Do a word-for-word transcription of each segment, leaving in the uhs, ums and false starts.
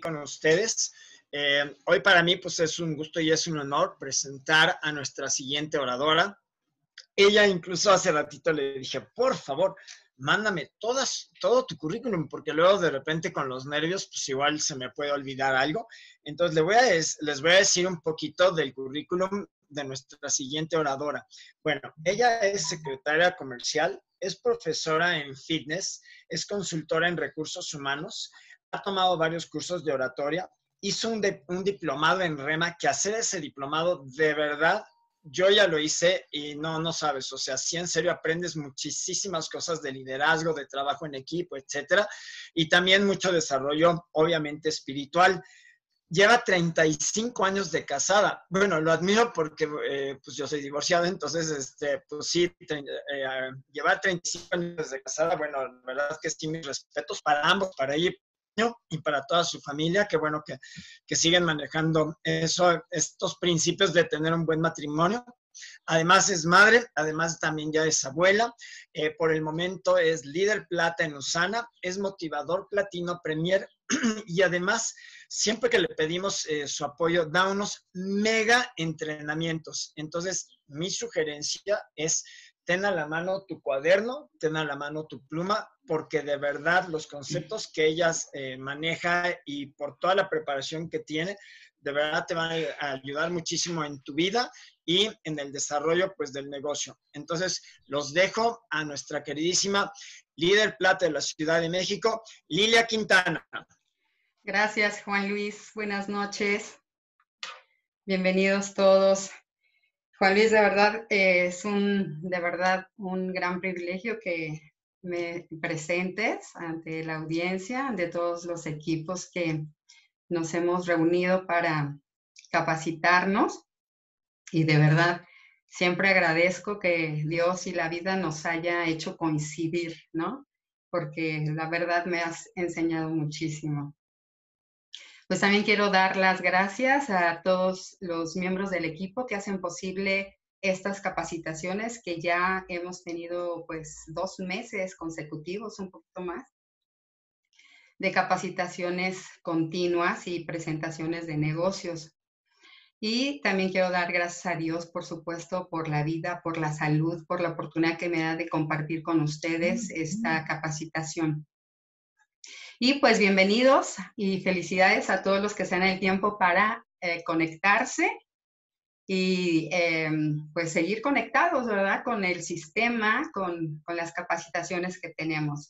con ustedes. Eh, hoy para mí pues es un gusto y es un honor presentar a nuestra siguiente oradora. Ella incluso hace ratito le dije, por favor, mándame todas, todo tu currículum, porque luego de repente con los nervios, pues igual se me puede olvidar algo. Entonces les voy a, les voy a decir un poquito del currículum de nuestra siguiente oradora. Bueno, ella es secretaria comercial, es profesora en fitness, es consultora en recursos humanos, ha tomado varios cursos de oratoria, hizo un, de, un diplomado en REMA, que hacer ese diplomado de verdad, yo ya lo hice y no, no sabes, o sea, sí en serio aprendes muchísimas cosas de liderazgo, de trabajo en equipo, etcétera, y también mucho desarrollo, obviamente, espiritual. Lleva treinta y cinco años de casada. Bueno, lo admiro porque eh, pues yo soy divorciado, entonces, este, pues sí, eh, lleva treinta y cinco años de casada. Bueno, la verdad es que sí, mis respetos para ambos, para ella y para toda su familia. Qué bueno que, que siguen manejando eso, estos principios de tener un buen matrimonio. Además es madre, además también ya es abuela. Eh, por el momento es líder plata en USANA, es motivador platino premier y además siempre que le pedimos eh, su apoyo da unos mega entrenamientos. Entonces mi sugerencia es ten a la mano tu cuaderno, ten a la mano tu pluma, porque de verdad los conceptos que ella eh, maneja y por toda la preparación que tiene, de verdad te van a ayudar muchísimo en tu vida y en el desarrollo pues del negocio. Entonces los dejo a nuestra queridísima líder plata de la Ciudad de México, Lilia Quintana. Gracias, Juan Luis. Buenas noches. Bienvenidos todos. Juan Luis, de verdad, eh, es un, de verdad un gran privilegio que me presentes ante la audiencia, de todos los equipos que nos hemos reunido para capacitarnos. Y de verdad, siempre agradezco que Dios y la vida nos haya hecho coincidir, ¿no? Porque la verdad me has enseñado muchísimo. Pues también quiero dar las gracias a todos los miembros del equipo que hacen posible estas capacitaciones que ya hemos tenido pues dos meses consecutivos, un poquito más, de capacitaciones continuas y presentaciones de negocios. Y también quiero dar gracias a Dios, por supuesto, por la vida, por la salud, por la oportunidad que me da de compartir con ustedes esta capacitación. Y pues bienvenidos y felicidades a todos los que se dan el tiempo para eh, conectarse y eh, pues seguir conectados, ¿verdad? Con el sistema, con, con las capacitaciones que tenemos.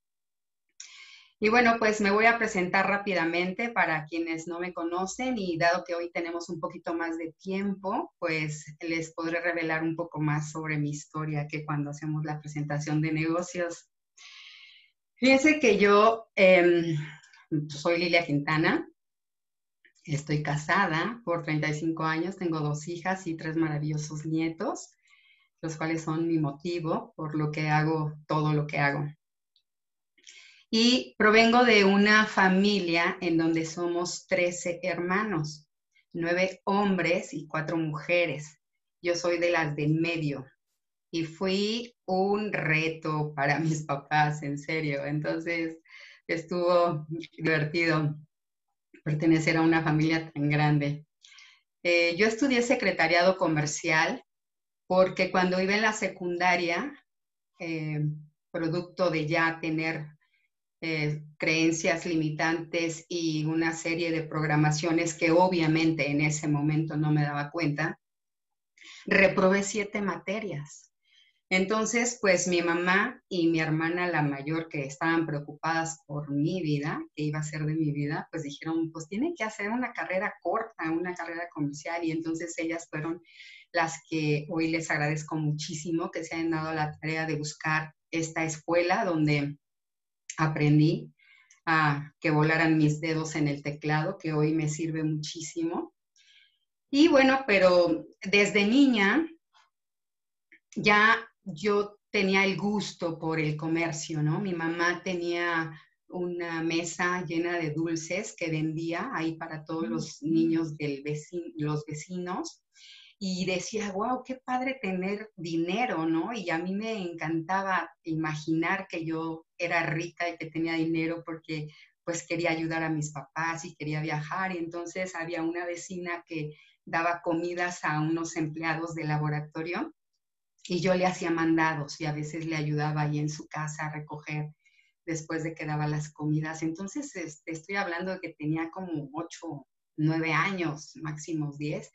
Y bueno, pues me voy a presentar rápidamente para quienes no me conocen y dado que hoy tenemos un poquito más de tiempo, pues les podré revelar un poco más sobre mi historia que cuando hacemos la presentación de negocios. Fíjense que yo eh, soy Lilia Quintana, estoy casada por treinta y cinco años, tengo dos hijas y tres maravillosos nietos, los cuales son mi motivo por lo que hago, todo lo que hago. Y provengo de una familia en donde somos trece hermanos, nueve hombres y cuatro mujeres. Yo soy de las del medio. Y fui un reto para mis papás, en serio. Entonces, estuvo divertido pertenecer a una familia tan grande. Eh, yo estudié secretariado comercial porque cuando iba en la secundaria, eh, producto de ya tener eh, creencias limitantes y una serie de programaciones que obviamente en ese momento no me daba cuenta, reprobé siete materias. Entonces, pues mi mamá y mi hermana, la mayor, que estaban preocupadas por mi vida, que iba a ser de mi vida, pues dijeron, pues tiene que hacer una carrera corta, una carrera comercial, y entonces ellas fueron las que hoy les agradezco muchísimo que se hayan dado la tarea de buscar esta escuela donde aprendí a que volaran mis dedos en el teclado, que hoy me sirve muchísimo. Y bueno, pero desde niña ya yo tenía el gusto por el comercio, ¿no? Mi mamá tenía una mesa llena de dulces que vendía ahí para todos los niños de vecin los vecinos y decía, wow, qué padre tener dinero, ¿no? Y a mí me encantaba imaginar que yo era rica y que tenía dinero porque pues quería ayudar a mis papás y quería viajar, y entonces había una vecina que daba comidas a unos empleados del laboratorio y yo le hacía mandados y a veces le ayudaba ahí en su casa a recoger después de que daba las comidas. Entonces, este, estoy hablando de que tenía como ocho, nueve años, máximo diez,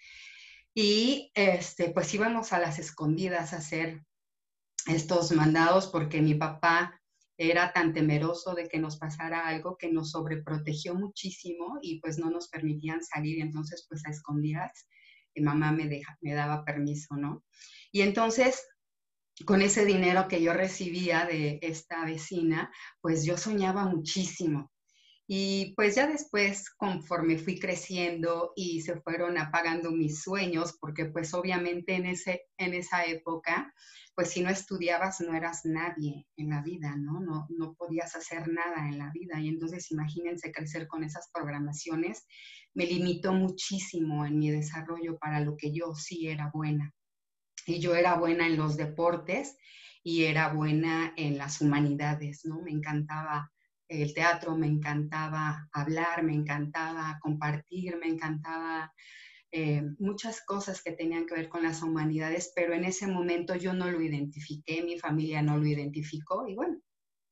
y este, pues íbamos a las escondidas a hacer estos mandados porque mi papá era tan temeroso de que nos pasara algo que nos sobreprotegió muchísimo y pues no nos permitían salir. Entonces, pues a escondidas, mi mamá me, deja, me daba permiso, ¿no? Y entonces, con ese dinero que yo recibía de esta vecina, pues yo soñaba muchísimo. Y pues ya después, conforme fui creciendo y se fueron apagando mis sueños, porque pues obviamente en, ese, en esa época, pues si no estudiabas no eras nadie en la vida, ¿no? No, no podías hacer nada en la vida. Y entonces imagínense crecer con esas programaciones, me limitó muchísimo en mi desarrollo para lo que yo sí era buena. Y yo era buena en los deportes y era buena en las humanidades, ¿no? Me encantaba el teatro, me encantaba hablar, me encantaba compartir, me encantaba eh, muchas cosas que tenían que ver con las humanidades, pero en ese momento yo no lo identifiqué, mi familia no lo identificó y bueno.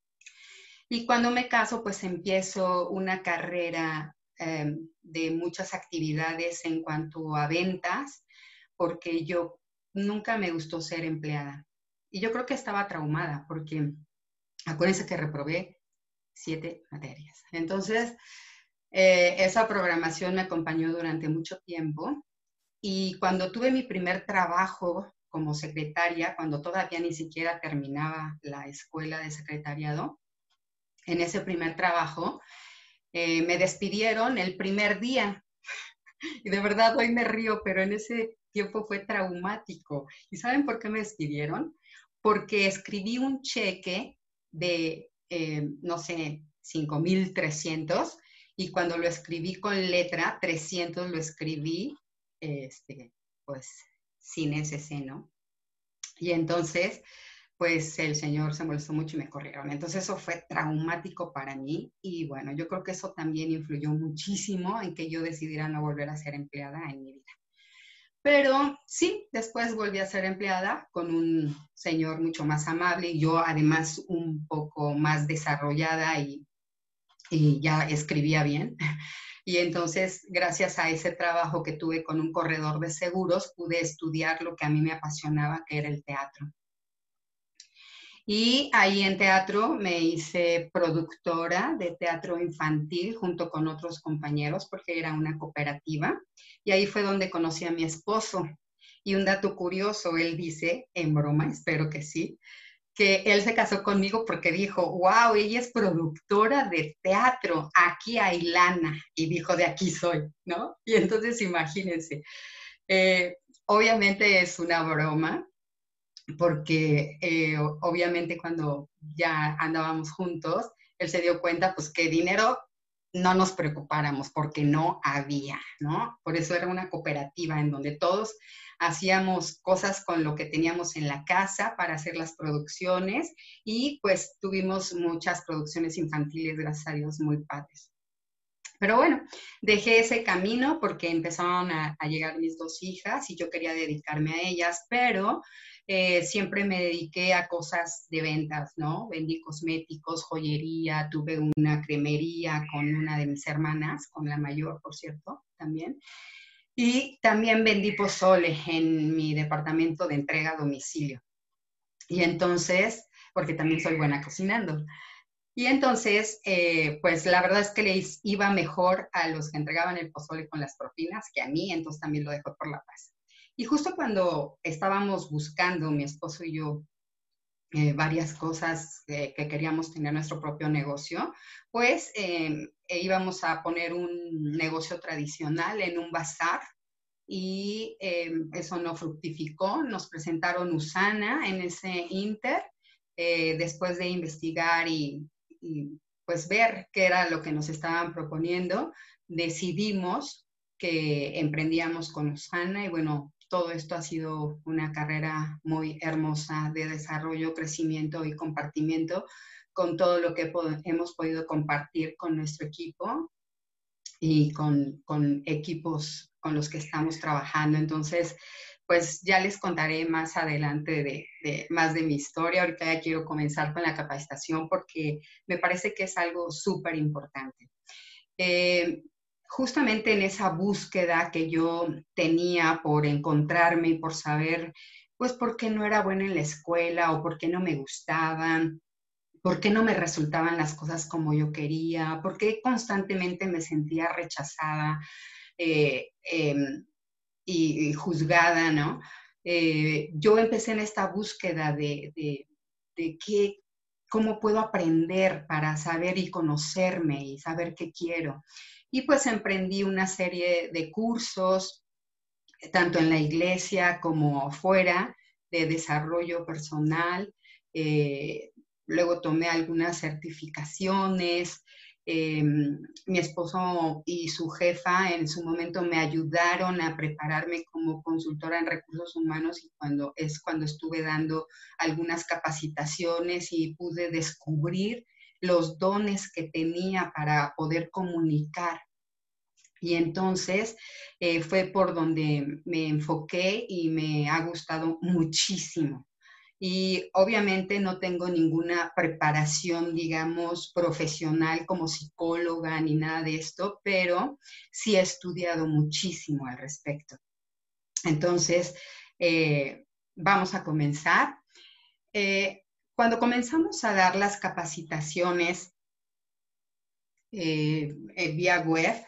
Y cuando me caso, pues empiezo una carrera eh, de muchas actividades en cuanto a ventas, porque yo nunca me gustó ser empleada. Y yo creo que estaba traumada, porque acuérdense que reprobé siete materias. Entonces, eh, esa programación me acompañó durante mucho tiempo. Y cuando tuve mi primer trabajo como secretaria, cuando todavía ni siquiera terminaba la escuela de secretariado, en ese primer trabajo, eh, me despidieron el primer día. Y de verdad hoy me río, pero en ese tiempo fue traumático. ¿Y saben por qué me despidieron? Porque escribí un cheque de, eh, no sé, cinco mil trescientos, y cuando lo escribí con letra, trescientos lo escribí, este, pues, sin ese C, ¿no? Y entonces, pues el señor se molestó mucho y me corrieron. Entonces eso fue traumático para mí y bueno, yo creo que eso también influyó muchísimo en que yo decidiera no volver a ser empleada en mi vida. Pero sí, después volví a ser empleada con un señor mucho más amable y yo además un poco más desarrollada y, y ya escribía bien. Y entonces, gracias a ese trabajo que tuve con un corredor de seguros, pude estudiar lo que a mí me apasionaba, que era el teatro. Y ahí en teatro me hice productora de teatro infantil junto con otros compañeros porque era una cooperativa. Y ahí fue donde conocí a mi esposo. Y un dato curioso, él dice, en broma, espero que sí, que él se casó conmigo porque dijo, wow, ella es productora de teatro, aquí hay lana. Y dijo, de aquí soy, ¿no? Y entonces imagínense, eh, obviamente es una broma, porque eh, obviamente cuando ya andábamos juntos, él se dio cuenta pues que dinero no nos preocupáramos porque no había, ¿no? Por eso era una cooperativa en donde todos hacíamos cosas con lo que teníamos en la casa para hacer las producciones y pues tuvimos muchas producciones infantiles, gracias a Dios, muy padres. Pero bueno, dejé ese camino porque empezaron a, a llegar mis dos hijas y yo quería dedicarme a ellas, pero eh, siempre me dediqué a cosas de ventas, ¿no? Vendí cosméticos, joyería, tuve una cremería con una de mis hermanas, con la mayor, por cierto, también. Y también vendí pozole en mi departamento de entrega a domicilio. Y entonces, porque también soy buena cocinando. Y entonces, eh, pues la verdad es que les iba mejor a los que entregaban el pozole con las propinas que a mí, entonces también lo dejó por la paz. Y justo cuando estábamos buscando, mi esposo y yo, eh, varias cosas eh, que queríamos tener nuestro propio negocio, pues eh, e íbamos a poner un negocio tradicional en un bazar y eh, eso no fructificó. Nos presentaron Usana en ese inter, eh, después de investigar y y pues ver qué era lo que nos estaban proponiendo, decidimos que emprendíamos con Usana y bueno, todo esto ha sido una carrera muy hermosa de desarrollo, crecimiento y compartimiento con todo lo que hemos podido compartir con nuestro equipo y con, con equipos con los que estamos trabajando. Entonces, pues ya les contaré más adelante de, de más de mi historia. Ahorita ya quiero comenzar con la capacitación porque me parece que es algo súper importante. Eh, justamente en esa búsqueda que yo tenía por encontrarme y por saber, pues, por qué no era buena en la escuela o por qué no me gustaban, por qué no me resultaban las cosas como yo quería, por qué constantemente me sentía rechazada eh, eh, y, y juzgada, ¿no? Eh, yo empecé en esta búsqueda de, de, de qué, cómo puedo aprender para saber y conocerme y saber qué quiero. Y pues emprendí una serie de cursos, tanto en la iglesia como fuera, de desarrollo personal. Eh, luego tomé algunas certificaciones. Eh, mi esposo y su jefa en su momento me ayudaron a prepararme como consultora en recursos humanos y cuando, es cuando estuve dando algunas capacitaciones y pude descubrir los dones que tenía para poder comunicar. Y entonces eh, fue por donde me enfoqué y me ha gustado muchísimo. Y obviamente no tengo ninguna preparación, digamos, profesional como psicóloga ni nada de esto, pero sí he estudiado muchísimo al respecto. Entonces, eh, vamos a comenzar. Eh, cuando comenzamos a dar las capacitaciones eh, eh, vía web,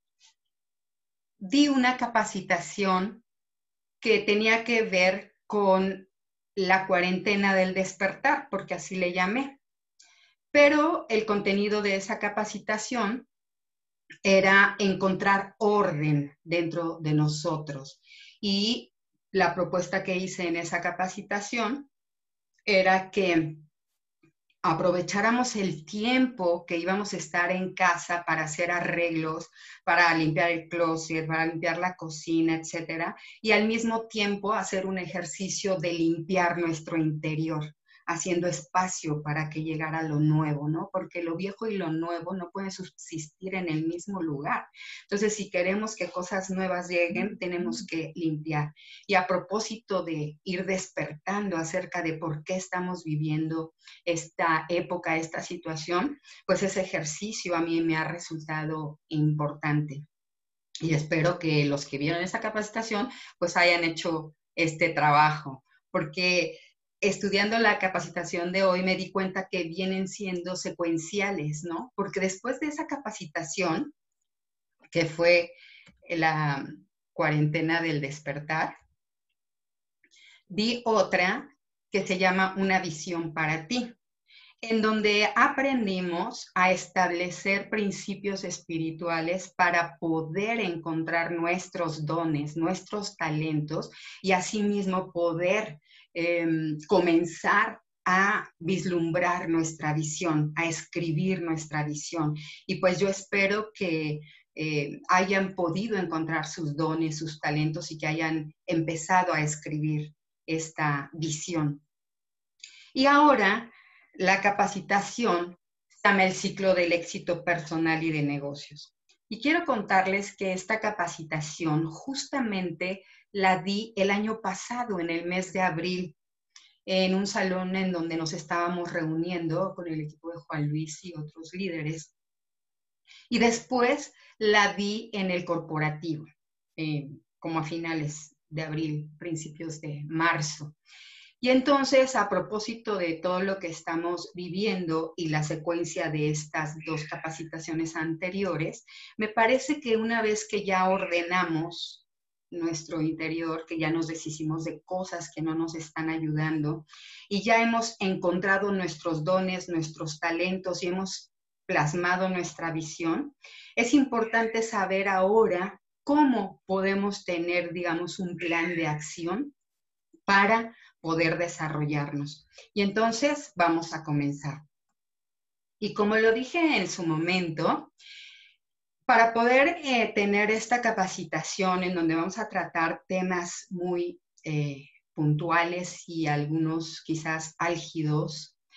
di una capacitación que tenía que ver con la cuarentena del despertar, porque así le llamé. Pero el contenido de esa capacitación era encontrar orden dentro de nosotros. Y la propuesta que hice en esa capacitación era que aprovecháramos el tiempo que íbamos a estar en casa para hacer arreglos, para limpiar el closet, para limpiar la cocina, etcétera, y al mismo tiempo hacer un ejercicio de limpiar nuestro interior, haciendo espacio para que llegara lo nuevo, ¿no? Porque lo viejo y lo nuevo no pueden subsistir en el mismo lugar. Entonces, si queremos que cosas nuevas lleguen, tenemos que limpiar. Y a propósito de ir despertando acerca de por qué estamos viviendo esta época, esta situación, pues ese ejercicio a mí me ha resultado importante. Y espero que los que vieron esta capacitación pues hayan hecho este trabajo, porque estudiando la capacitación de hoy me di cuenta que vienen siendo secuenciales, ¿no? Porque después de esa capacitación, que fue la cuarentena del despertar, vi otra que se llama Una visión para ti, en donde aprendimos a establecer principios espirituales para poder encontrar nuestros dones, nuestros talentos y asimismo poder eh, comenzar a vislumbrar nuestra visión, a escribir nuestra visión. Y pues yo espero que eh, hayan podido encontrar sus dones, sus talentos y que hayan empezado a escribir esta visión. Y ahora la capacitación se llama el ciclo del éxito personal y de negocios. Y quiero contarles que esta capacitación justamente la di el año pasado, en el mes de abril, en un salón en donde nos estábamos reuniendo con el equipo de Juan Luis y otros líderes. Y después la di en el corporativo, eh, como a finales de abril, principios de marzo. Y entonces, a propósito de todo lo que estamos viviendo y la secuencia de estas dos capacitaciones anteriores, me parece que una vez que ya ordenamos nuestro interior, que ya nos deshicimos de cosas que no nos están ayudando y ya hemos encontrado nuestros dones, nuestros talentos y hemos plasmado nuestra visión, es importante saber ahora cómo podemos tener, digamos, un plan de acción para poder desarrollarnos. Y entonces vamos a comenzar. Y como lo dije en su momento, para poder eh, tener esta capacitación en donde vamos a tratar temas muy eh, puntuales y algunos quizás álgidos,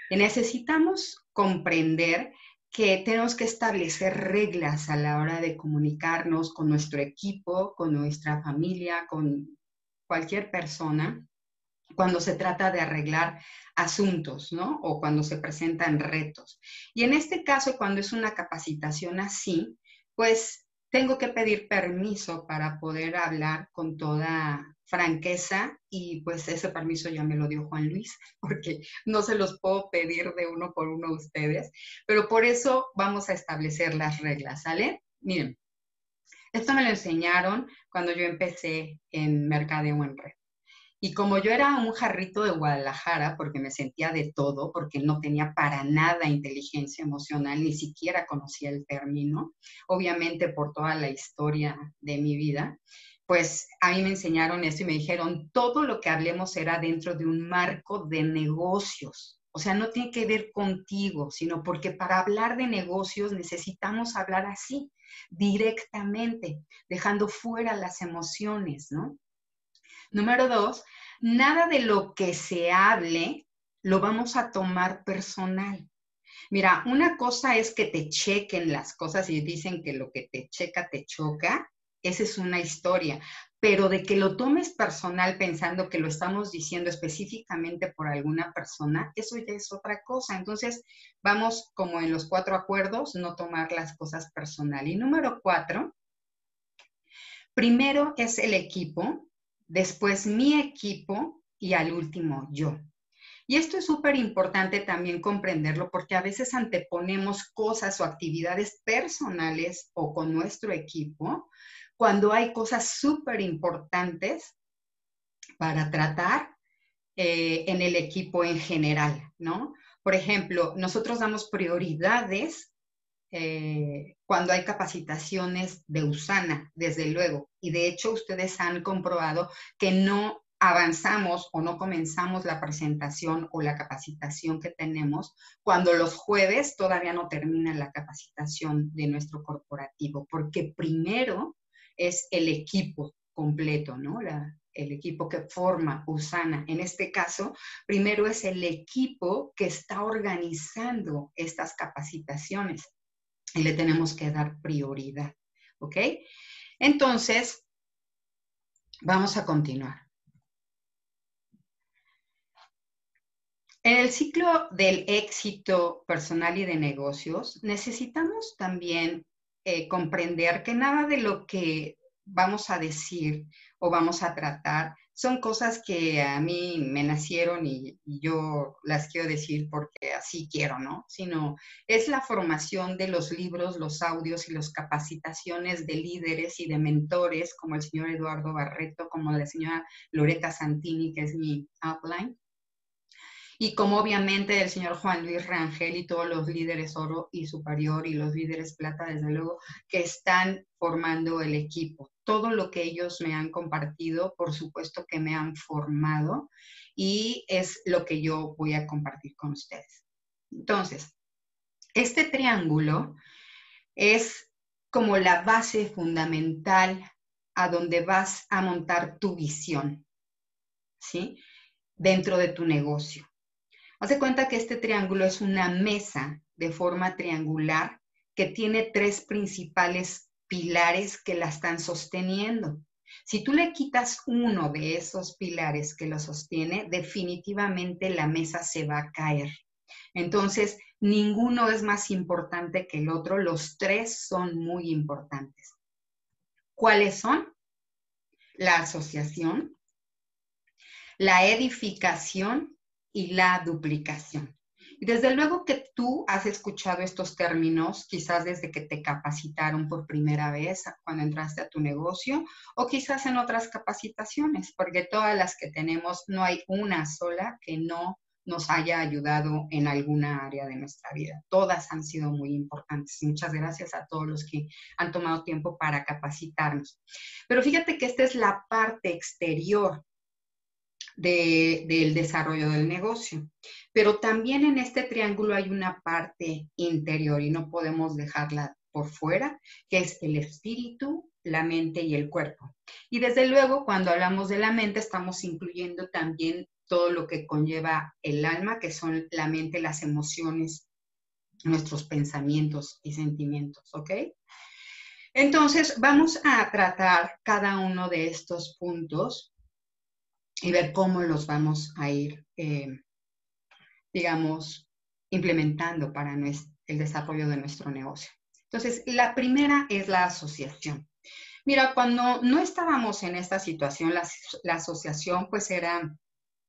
necesitamos comprender que tenemos que establecer reglas a la hora de comunicarnos con nuestro equipo, con nuestra familia, con cualquier persona, cuando se trata de arreglar asuntos, ¿no? O cuando se presentan retos. Y en este caso, cuando es una capacitación así, pues tengo que pedir permiso para poder hablar con toda franqueza y pues ese permiso ya me lo dio Juan Luis, porque no se los puedo pedir de uno por uno a ustedes, pero por eso vamos a establecer las reglas, ¿sale? Miren, esto me lo enseñaron cuando yo empecé en Mercadeo en Red. Y como yo era un jarrito de Guadalajara, porque me sentía de todo, porque no tenía para nada inteligencia emocional, ni siquiera conocía el término, obviamente por toda la historia de mi vida, pues a mí me enseñaron esto y me dijeron, todo lo que hablemos será dentro de un marco de negocios. O sea, no tiene que ver contigo, sino porque para hablar de negocios necesitamos hablar así, directamente, dejando fuera las emociones, ¿no? Número dos, nada de lo que se hable lo vamos a tomar personal. Mira, una cosa es que te chequen las cosas y dicen que lo que te checa te choca. Esa es una historia. Pero de que lo tomes personal pensando que lo estamos diciendo específicamente por alguna persona, eso ya es otra cosa. Entonces, vamos como en los cuatro acuerdos, no tomar las cosas personal. Y número cuatro, primero es el equipo, después mi equipo y al último yo. Y esto es súper importante también comprenderlo porque a veces anteponemos cosas o actividades personales o con nuestro equipo cuando hay cosas súper importantes para tratar eh, en el equipo en general, ¿no? Por ejemplo, nosotros damos prioridades Eh, cuando hay capacitaciones de USANA, desde luego. Y de hecho, ustedes han comprobado que no avanzamos o no comenzamos la presentación o la capacitación que tenemos cuando los jueves todavía no termina la capacitación de nuestro corporativo, porque primero es el equipo completo, ¿no? La, el equipo que forma USANA. En este caso, primero es el equipo que está organizando estas capacitaciones. Y le tenemos que dar prioridad, ¿ok? Entonces, vamos a continuar. En el ciclo del éxito personal y de negocios, necesitamos también eh, comprender que nada de lo que vamos a decir o vamos a tratar son cosas que a mí me nacieron y, y yo las quiero decir porque así quiero, ¿no? Sino es la formación de los libros, los audios y las capacitaciones de líderes y de mentores como el señor Eduardo Barreto, como la señora Loreta Santini, que es mi outline, y como obviamente el señor Juan Luis Rangel y todos los líderes oro y superior y los líderes plata, desde luego, que están formando el equipo. Todo lo que ellos me han compartido, por supuesto que me han formado y es lo que yo voy a compartir con ustedes. Entonces, este triángulo es como la base fundamental a donde vas a montar tu visión, ¿sí? Dentro de tu negocio. Haz de cuenta que este triángulo es una mesa de forma triangular que tiene tres principales pilares que la están sosteniendo. Si tú le quitas uno de esos pilares que lo sostiene, definitivamente la mesa se va a caer. Entonces, ninguno es más importante que el otro. Los tres son muy importantes. ¿Cuáles son? La asociación, la edificación y la duplicación. Y desde luego que tú has escuchado estos términos, quizás desde que te capacitaron por primera vez cuando entraste a tu negocio, o quizás en otras capacitaciones, porque todas las que tenemos, no hay una sola que no nos haya ayudado en alguna área de nuestra vida. Todas han sido muy importantes. Muchas gracias a todos los que han tomado tiempo para capacitarnos. Pero fíjate que esta es la parte exterior De, del desarrollo del negocio. Pero también en este triángulo hay una parte interior y no podemos dejarla por fuera, que es el espíritu, la mente y el cuerpo. Y desde luego, cuando hablamos de la mente, estamos incluyendo también todo lo que conlleva el alma, que son la mente, las emociones, nuestros pensamientos y sentimientos, ¿ok? Entonces, vamos a tratar cada uno de estos puntos y ver cómo los vamos a ir, eh, digamos, implementando para nuestro, el desarrollo de nuestro negocio. Entonces, la primera es la asociación. Mira, cuando no estábamos en esta situación, la, la asociación pues era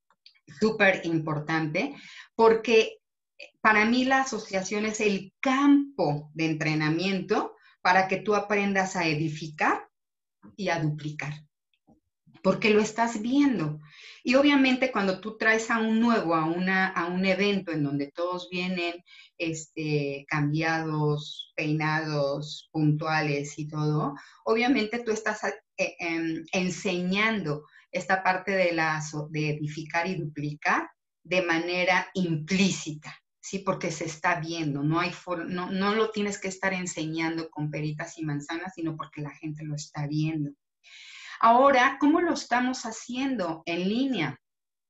súper importante porque para mí la asociación es el campo de entrenamiento para que tú aprendas a edificar y a duplicar, porque lo estás viendo. Y obviamente cuando tú traes a un nuevo, a, una, a un evento en donde todos vienen este, cambiados, peinados, puntuales y todo, obviamente tú estás eh, eh, enseñando esta parte de, la, de edificar y duplicar de manera implícita. Sí, porque se está viendo, no, hay no, no lo tienes que estar enseñando con peritas y manzanas, sino porque la gente lo está viendo. Ahora, ¿cómo lo estamos haciendo? En línea,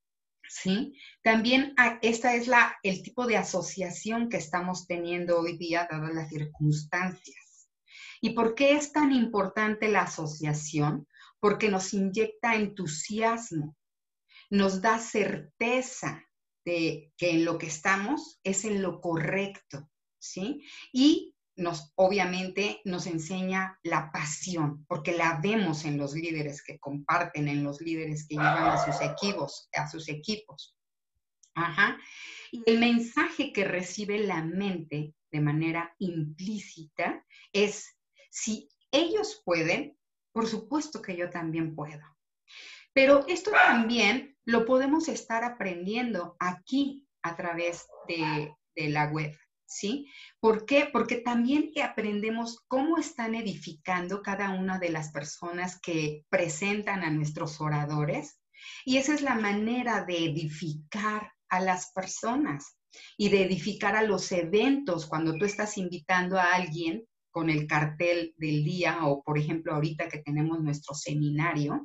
¿sí? También esta es la, el tipo de asociación que estamos teniendo hoy día, dadas las circunstancias. ¿Y por qué es tan importante la asociación? Porque nos inyecta entusiasmo, nos da certeza de que en lo que estamos es en lo correcto, ¿sí? Y nos, obviamente nos enseña la pasión, porque la vemos en los líderes que comparten, en los líderes que llevan a sus equipos, a sus equipos. Ajá. Y el mensaje que recibe la mente de manera implícita es, si ellos pueden, por supuesto que yo también puedo. Pero esto también lo podemos estar aprendiendo aquí a través de, de la web, ¿sí? ¿Por qué? Porque también aprendemos cómo están edificando cada una de las personas que presentan a nuestros oradores. Y esa es la manera de edificar a las personas y de edificar a los eventos cuando tú estás invitando a alguien con el cartel del día o, por ejemplo, ahorita que tenemos nuestro seminario.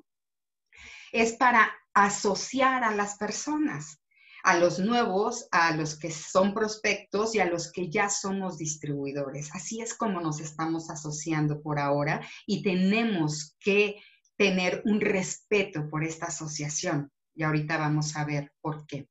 Es para asociar a las personas, a los nuevos, a los que son prospectos y a los que ya somos distribuidores. Así es como nos estamos asociando por ahora y tenemos que tener un respeto por esta asociación. Y ahorita vamos a ver por qué.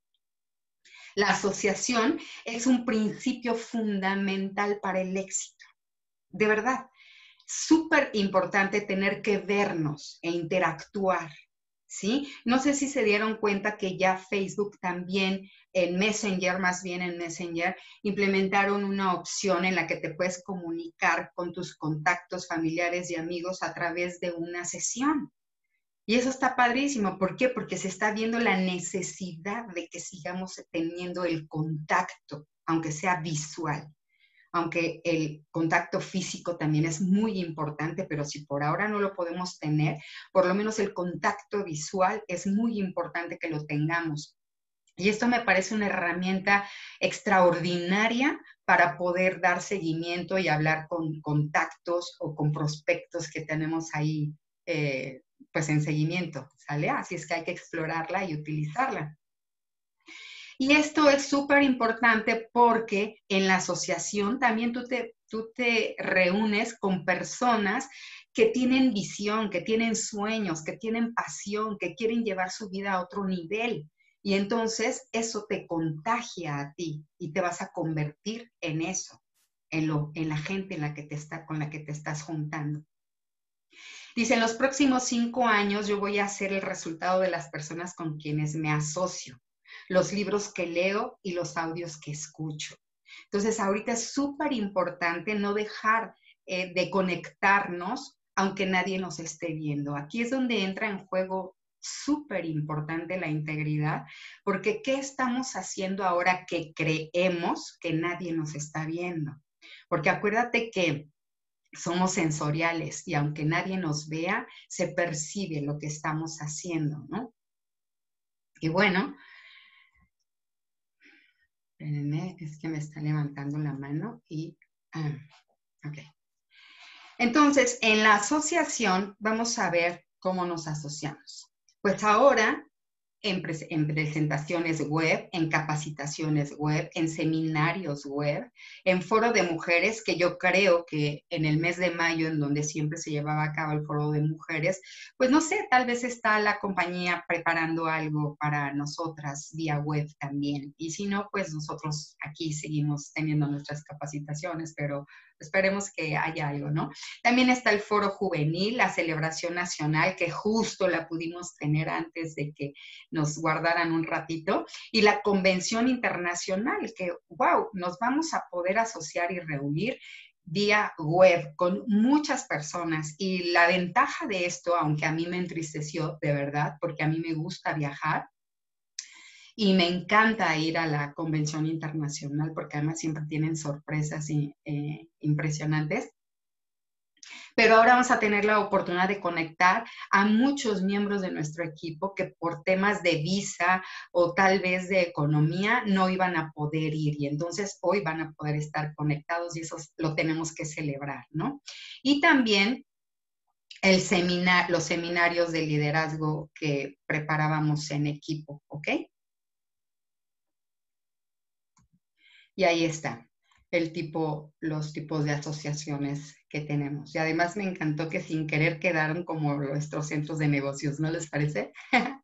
La asociación es un principio fundamental para el éxito. De verdad, súper importante tener que vernos e interactuar. ¿Sí? No sé si se dieron cuenta que ya Facebook también en Messenger, más bien en Messenger, implementaron una opción en la que te puedes comunicar con tus contactos familiares y amigos a través de una sesión. Y eso está padrísimo. ¿Por qué? Porque se está viendo la necesidad de que sigamos teniendo el contacto, aunque sea visual. Aunque el contacto físico también es muy importante, pero si por ahora no lo podemos tener, por lo menos el contacto visual es muy importante que lo tengamos. Y esto me parece una herramienta extraordinaria para poder dar seguimiento y hablar con contactos o con prospectos que tenemos ahí, eh, pues en seguimiento, ¿sale? Así es que hay que explorarla y utilizarla. Y esto es súper importante porque en la asociación también tú te, tú te reúnes con personas que tienen visión, que tienen sueños, que tienen pasión, que quieren llevar su vida a otro nivel. Y entonces eso te contagia a ti y te vas a convertir en eso, en, lo, en la gente en la que te está, con la que te estás juntando. Dice, en los próximos cinco años yo voy a ser el resultado de las personas con quienes me asocio, los libros que leo y los audios que escucho. Entonces, ahorita es súper importante no dejar eh, de conectarnos aunque nadie nos esté viendo. Aquí es donde entra en juego súper importante la integridad, porque ¿qué estamos haciendo ahora que creemos que nadie nos está viendo? Porque acuérdate que somos sensoriales y aunque nadie nos vea, se percibe lo que estamos haciendo, ¿no? Y bueno, espérenme, es que me está levantando la mano y, ah, ok. Entonces, en la asociación vamos a ver cómo nos asociamos. Pues ahora en, pres en presentaciones web, en capacitaciones web, en seminarios web, en foro de mujeres, que yo creo que en el mes de mayo, en donde siempre se llevaba a cabo el foro de mujeres, pues no sé, tal vez está la compañía preparando algo para nosotras vía web también. Y si no, pues nosotros aquí seguimos teniendo nuestras capacitaciones, pero esperemos que haya algo, ¿no? También está el foro juvenil, la celebración nacional, que justo la pudimos tener antes de que nos guardaran un ratito, y la convención internacional, que, wow, nos vamos a poder asociar y reunir vía web con muchas personas. Y la ventaja de esto, aunque a mí me entristeció de verdad, porque a mí me gusta viajar, y me encanta ir a la convención internacional, porque además siempre tienen sorpresas y, eh, impresionantes. Pero ahora vamos a tener la oportunidad de conectar a muchos miembros de nuestro equipo que por temas de visa o tal vez de economía no iban a poder ir, y entonces hoy van a poder estar conectados, y eso lo tenemos que celebrar, ¿no? Y también el seminar, los seminarios de liderazgo que preparábamos en equipo, ¿ok? Y ahí está el tipo, los tipos de asociaciones que tenemos. Y además me encantó que sin querer quedaron como nuestros centros de negocios, ¿no les parece?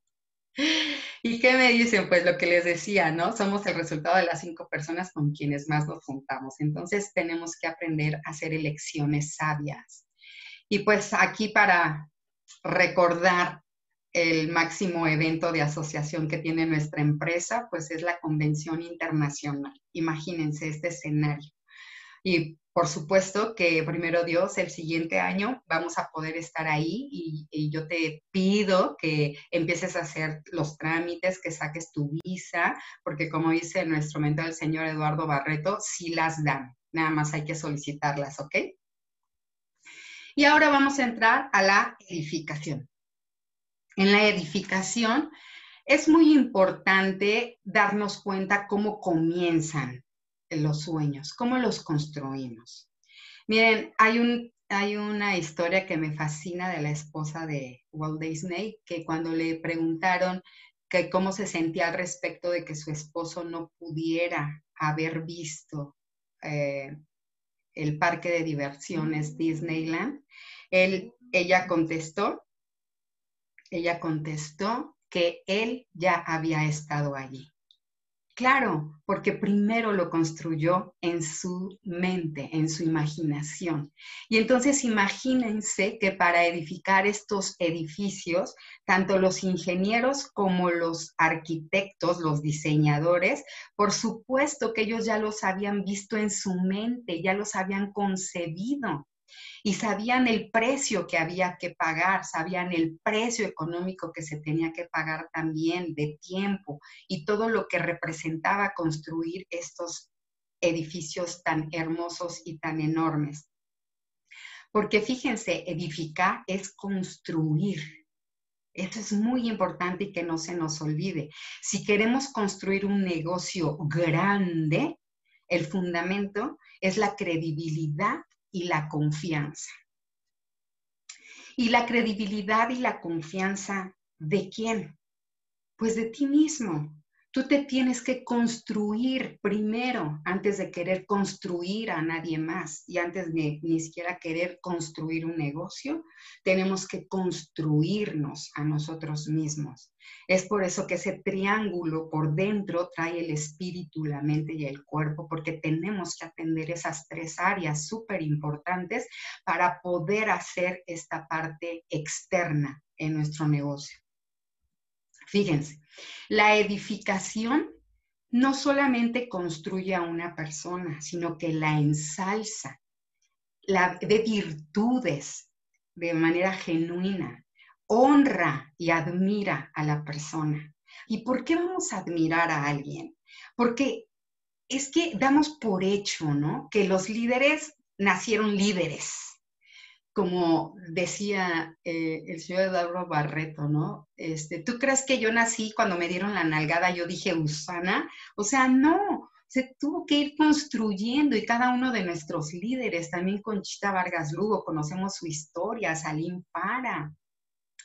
¿Y qué me dicen? Pues lo que les decía, ¿no? Somos el resultado de las cinco personas con quienes más nos juntamos. Entonces tenemos que aprender a hacer elecciones sabias. Y pues aquí para recordar el máximo evento de asociación que tiene nuestra empresa, pues es la Convención Internacional. Imagínense este escenario. Y por supuesto que primero Dios, el siguiente año vamos a poder estar ahí, y, y yo te pido que empieces a hacer los trámites, que saques tu visa, porque como dice nuestro mentor, el señor Eduardo Barreto, sí las dan, nada más hay que solicitarlas, ¿ok? Y ahora vamos a entrar a la edificación. En la edificación es muy importante darnos cuenta cómo comienzan los sueños, cómo los construimos. Miren, hay, un, hay una historia que me fascina de la esposa de Walt Disney, que cuando le preguntaron que cómo se sentía al respecto de que su esposo no pudiera haber visto eh, el parque de diversiones Disneyland, él, ella contestó, ella contestó que él ya había estado allí. Claro, porque primero lo construyó en su mente, en su imaginación. Y entonces imagínense que para edificar estos edificios, tanto los ingenieros como los arquitectos, los diseñadores, por supuesto que ellos ya los habían visto en su mente, ya los habían concebido. Y sabían el precio que había que pagar, sabían el precio económico que se tenía que pagar también, de tiempo, y todo lo que representaba construir estos edificios tan hermosos y tan enormes. Porque fíjense, edificar es construir. Esto es muy importante y que no se nos olvide. Si queremos construir un negocio grande, el fundamento es la credibilidad y la confianza. ¿Y la credibilidad y la confianza de quién? Pues de ti mismo. Tú te tienes que construir primero antes de querer construir a nadie más, y antes de ni siquiera querer construir un negocio, tenemos que construirnos a nosotros mismos. Es por eso que ese triángulo por dentro trae el espíritu, la mente y el cuerpo, porque tenemos que atender esas tres áreas súper importantes para poder hacer esta parte externa en nuestro negocio. Fíjense, la edificación no solamente construye a una persona, sino que la ensalza, la de virtudes de manera genuina, honra y admira a la persona. ¿Y por qué vamos a admirar a alguien? Porque es que damos por hecho, ¿no?, que los líderes nacieron líderes. Como decía eh, el señor Eduardo Barreto, ¿no? Este, ¿tú crees que yo nací cuando me dieron la nalgada, yo dije Usana? O sea, no, se tuvo que ir construyendo, y cada uno de nuestros líderes, también Conchita Vargas Lugo, conocemos su historia, Salim Para.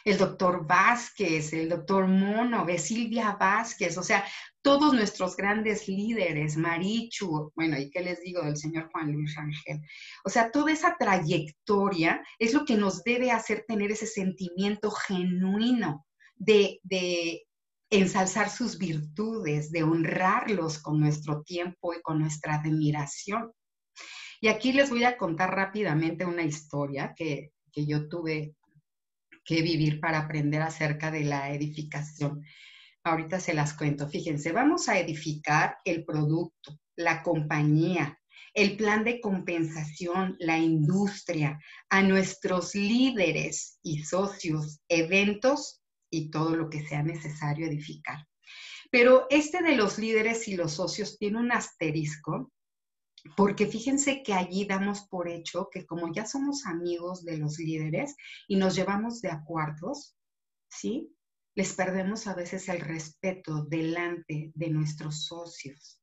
el doctor Vázquez, el doctor Mono, de Silvia Vázquez, o sea, todos nuestros grandes líderes, Marichu, bueno, ¿y qué les digo del señor Juan Luis Rangel? O sea, toda esa trayectoria es lo que nos debe hacer tener ese sentimiento genuino de, de ensalzar sus virtudes, de honrarlos con nuestro tiempo y con nuestra admiración. Y aquí les voy a contar rápidamente una historia que, que yo tuve que vivir para aprender acerca de la edificación. Ahorita se las cuento. Fíjense, vamos a edificar el producto, la compañía, el plan de compensación, la industria, a nuestros líderes y socios, eventos y todo lo que sea necesario edificar. Pero este de los líderes y los socios tiene un asterisco, porque fíjense que allí damos por hecho que como ya somos amigos de los líderes y nos llevamos de acuerdos, ¿sí? Les perdemos a veces el respeto delante de nuestros socios.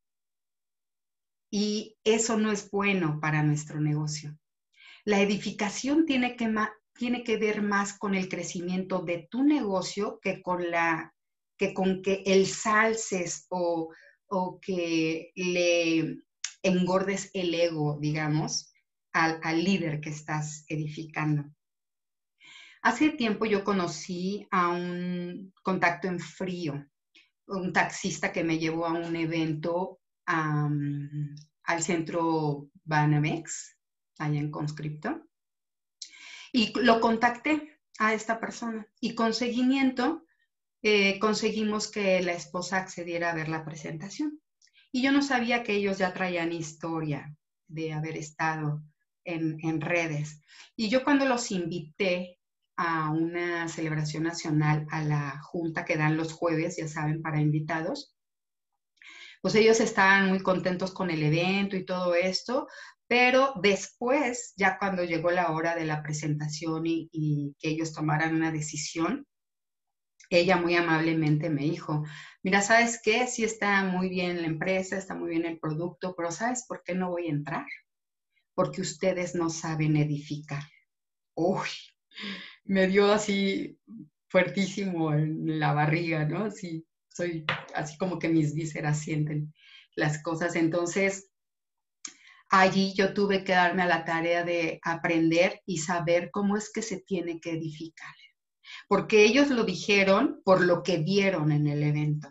Y eso no es bueno para nuestro negocio. La edificación tiene que, tiene que ver más con el crecimiento de tu negocio que con, la, que, con que el salses o, o que le engordes el ego, digamos, al, al líder que estás edificando. Hace tiempo yo conocí a un contacto en frío, un taxista que me llevó a un evento um, al centro Banamex, allá en Conscripto, y lo contacté a esta persona y con seguimiento eh, conseguimos que la esposa accediera a ver la presentación. Y yo no sabía que ellos ya traían historia de haber estado en, en redes. Y yo cuando los invité a una celebración nacional, a la junta que dan los jueves, ya saben, para invitados, pues ellos estaban muy contentos con el evento y todo esto, pero después, ya cuando llegó la hora de la presentación y, y que ellos tomaran una decisión, ella muy amablemente me dijo, mira, ¿sabes qué? Sí está muy bien la empresa, está muy bien el producto, pero ¿sabes por qué no voy a entrar? Porque ustedes no saben edificar. Uy, me dio así fuertísimo en la barriga, ¿no? Así, soy, así como que mis vísceras sienten las cosas. Entonces, allí yo tuve que darme a la tarea de aprender y saber cómo es que se tiene que edificar. Porque ellos lo dijeron por lo que vieron en el evento,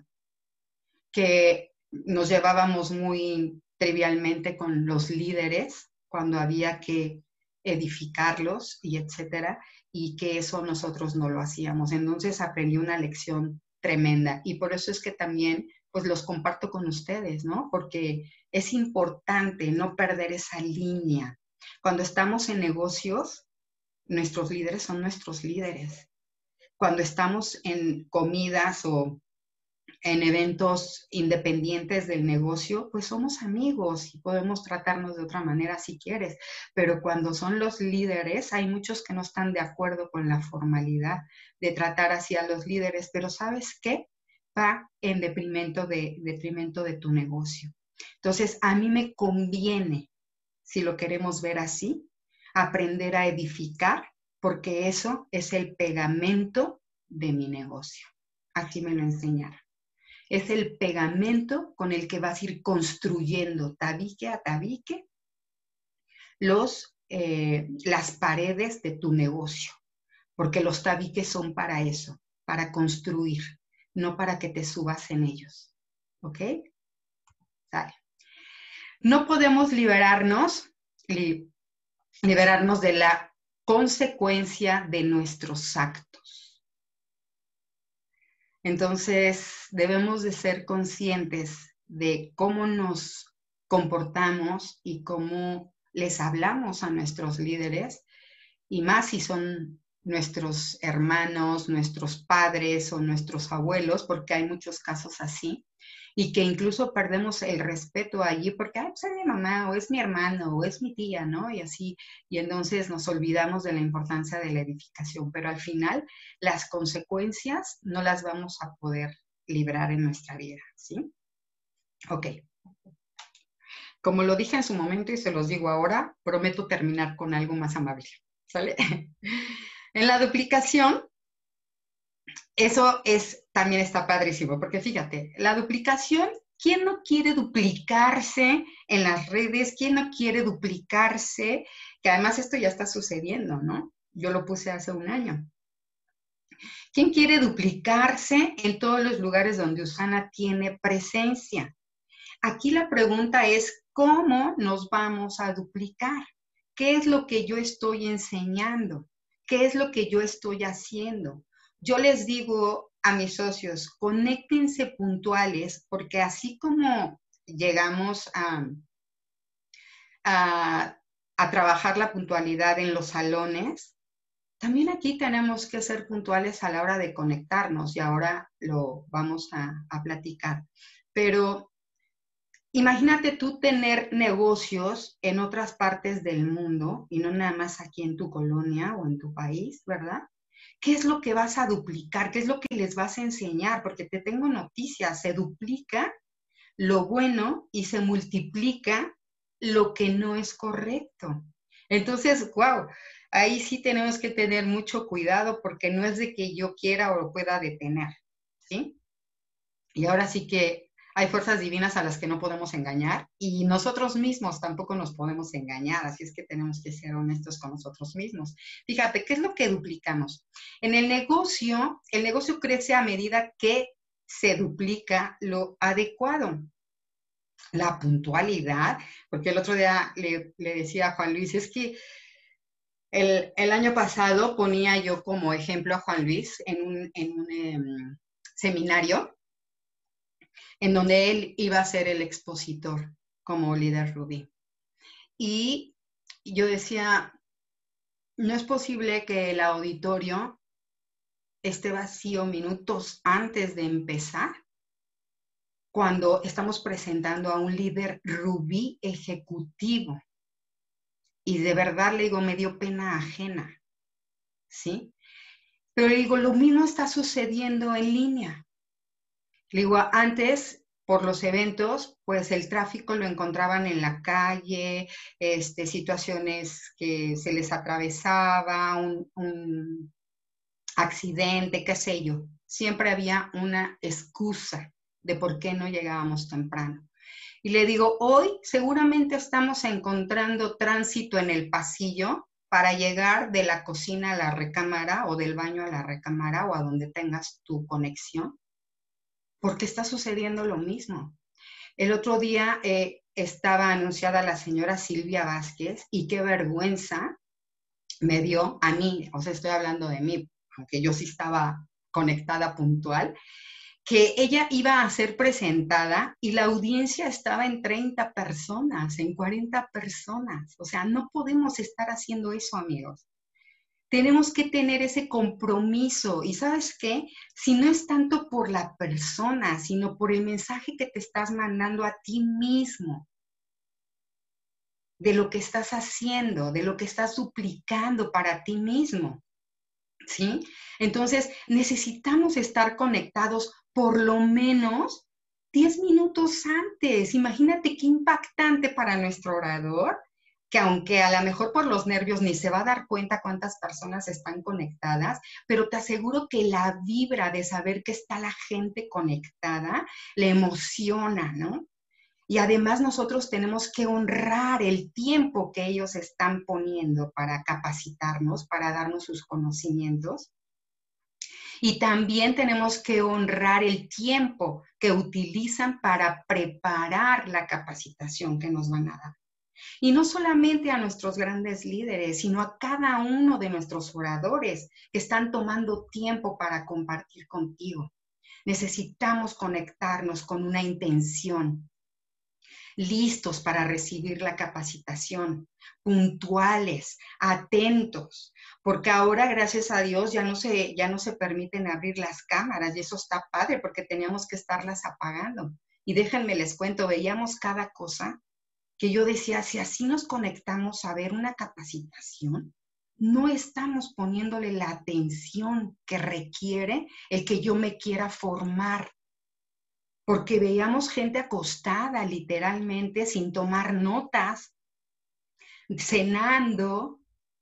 que nos llevábamos muy trivialmente con los líderes cuando había que edificarlos y etcétera, y que eso nosotros no lo hacíamos. Entonces aprendí una lección tremenda y por eso es que también pues los comparto con ustedes, ¿no? Porque es importante no perder esa línea. Cuando estamos en negocios, nuestros líderes son nuestros líderes. Cuando estamos en comidas o en eventos independientes del negocio, pues somos amigos y podemos tratarnos de otra manera si quieres, pero cuando son los líderes, hay muchos que no están de acuerdo con la formalidad de tratar así a los líderes, pero ¿sabes qué? Va en detrimento de, detrimento de tu negocio. Entonces, a mí me conviene, si lo queremos ver así, aprender a edificar, porque eso es el pegamento de mi negocio. Aquí me lo enseñaron. Es el pegamento con el que vas a ir construyendo tabique a tabique los, eh, las paredes de tu negocio, porque los tabiques son para eso, para construir, no para que te subas en ellos. ¿Ok? Dale. No podemos liberarnos, li, liberarnos de la consecuencia de nuestros actos. Entonces, debemos de ser conscientes de cómo nos comportamos y cómo les hablamos a nuestros líderes, y más si son nuestros hermanos, nuestros padres o nuestros abuelos, porque hay muchos casos así, y que incluso perdemos el respeto allí porque, ay, pues es mi mamá, o es mi hermano, o es mi tía, ¿no? Y así, y entonces nos olvidamos de la importancia de la edificación, pero al final las consecuencias no las vamos a poder librar en nuestra vida, ¿sí? Ok. Como lo dije en su momento y se los digo ahora, prometo terminar con algo más amable, ¿sale? En la duplicación, eso es, también está padrísimo, porque fíjate, la duplicación, ¿quién no quiere duplicarse en las redes? ¿Quién no quiere duplicarse? Que además esto ya está sucediendo, ¿no? Yo lo puse hace un año. ¿Quién quiere duplicarse en todos los lugares donde Usana tiene presencia? Aquí la pregunta es, ¿cómo nos vamos a duplicar? ¿Qué es lo que yo estoy enseñando? ¿Qué es lo que yo estoy haciendo? Yo les digo a mis socios, conéctense puntuales, porque así como llegamos a, a, a trabajar la puntualidad en los salones, también aquí tenemos que ser puntuales a la hora de conectarnos y ahora lo vamos a, a platicar. Pero imagínate tú tener negocios en otras partes del mundo y no nada más aquí en tu colonia o en tu país, ¿verdad? ¿Qué es lo que vas a duplicar? ¿Qué es lo que les vas a enseñar? Porque te tengo noticias, se duplica lo bueno y se multiplica lo que no es correcto. Entonces, wow, ahí sí tenemos que tener mucho cuidado porque no es de que yo quiera o lo pueda detener, ¿sí? Y ahora sí que hay fuerzas divinas a las que no podemos engañar y nosotros mismos tampoco nos podemos engañar, así es que tenemos que ser honestos con nosotros mismos. Fíjate, ¿qué es lo que duplicamos? En el negocio, el negocio crece a medida que se duplica lo adecuado. La puntualidad, porque el otro día le, le decía a Juan Luis, es que el, el, año pasado ponía yo como ejemplo a Juan Luis en un, en un um, seminario en donde él iba a ser el expositor como líder Rubí. Y yo decía, no es posible que el auditorio esté vacío minutos antes de empezar cuando estamos presentando a un líder Rubí ejecutivo. Y de verdad le digo, me dio pena ajena, ¿sí? Pero le digo, lo mismo está sucediendo en línea. Le digo, antes, por los eventos, pues el tráfico lo encontraban en la calle, este, situaciones que se les atravesaba, un, un accidente, qué sé yo. Siempre había una excusa de por qué no llegábamos temprano. Y le digo, hoy seguramente estamos encontrando tránsito en el pasillo para llegar de la cocina a la recámara o del baño a la recámara o a donde tengas tu conexión, porque está sucediendo lo mismo. El otro día eh, estaba anunciada la señora Silvia Vázquez y qué vergüenza me dio a mí, o sea, estoy hablando de mí, aunque yo sí estaba conectada puntual, que ella iba a ser presentada y la audiencia estaba en treinta personas, en cuarenta personas. O sea, no podemos estar haciendo eso, amigos. Tenemos que tener ese compromiso. Y ¿sabes qué? Si no es tanto por la persona, sino por el mensaje que te estás mandando a ti mismo, de lo que estás haciendo, de lo que estás duplicando para ti mismo. ¿Sí? Entonces, necesitamos estar conectados por lo menos diez minutos antes. Imagínate qué impactante para nuestro orador, que aunque a lo mejor por los nervios ni se va a dar cuenta cuántas personas están conectadas, pero te aseguro que la vibra de saber que está la gente conectada le emociona, ¿no? Y además nosotros tenemos que honrar el tiempo que ellos están poniendo para capacitarnos, para darnos sus conocimientos. Y también tenemos que honrar el tiempo que utilizan para preparar la capacitación que nos van a dar. Y no solamente a nuestros grandes líderes, sino a cada uno de nuestros oradores que están tomando tiempo para compartir contigo. Necesitamos conectarnos con una intención, listos para recibir la capacitación, puntuales, atentos, porque ahora, gracias a Dios, ya no se, ya no se permiten abrir las cámaras y eso está padre porque teníamos que estarlas apagando. Y déjenme les cuento, veíamos cada cosa que yo decía, si así nos conectamos a ver una capacitación, no estamos poniéndole la atención que requiere el que yo me quiera formar. Porque veíamos gente acostada literalmente sin tomar notas, cenando,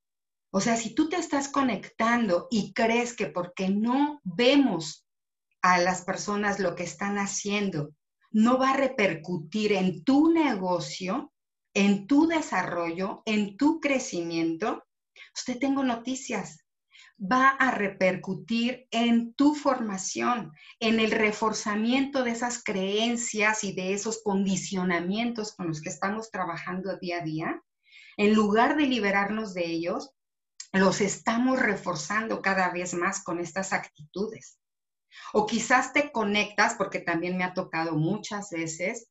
O sea, si tú te estás conectando y crees que porque no vemos a las personas lo que están haciendo, no va a repercutir en tu negocio, en tu desarrollo, en tu crecimiento, usted tengo noticias. Va a repercutir en tu formación, en el reforzamiento de esas creencias y de esos condicionamientos con los que estamos trabajando día a día. En lugar de liberarnos de ellos, los estamos reforzando cada vez más con estas actitudes. O quizás te conectas, porque también me ha tocado muchas veces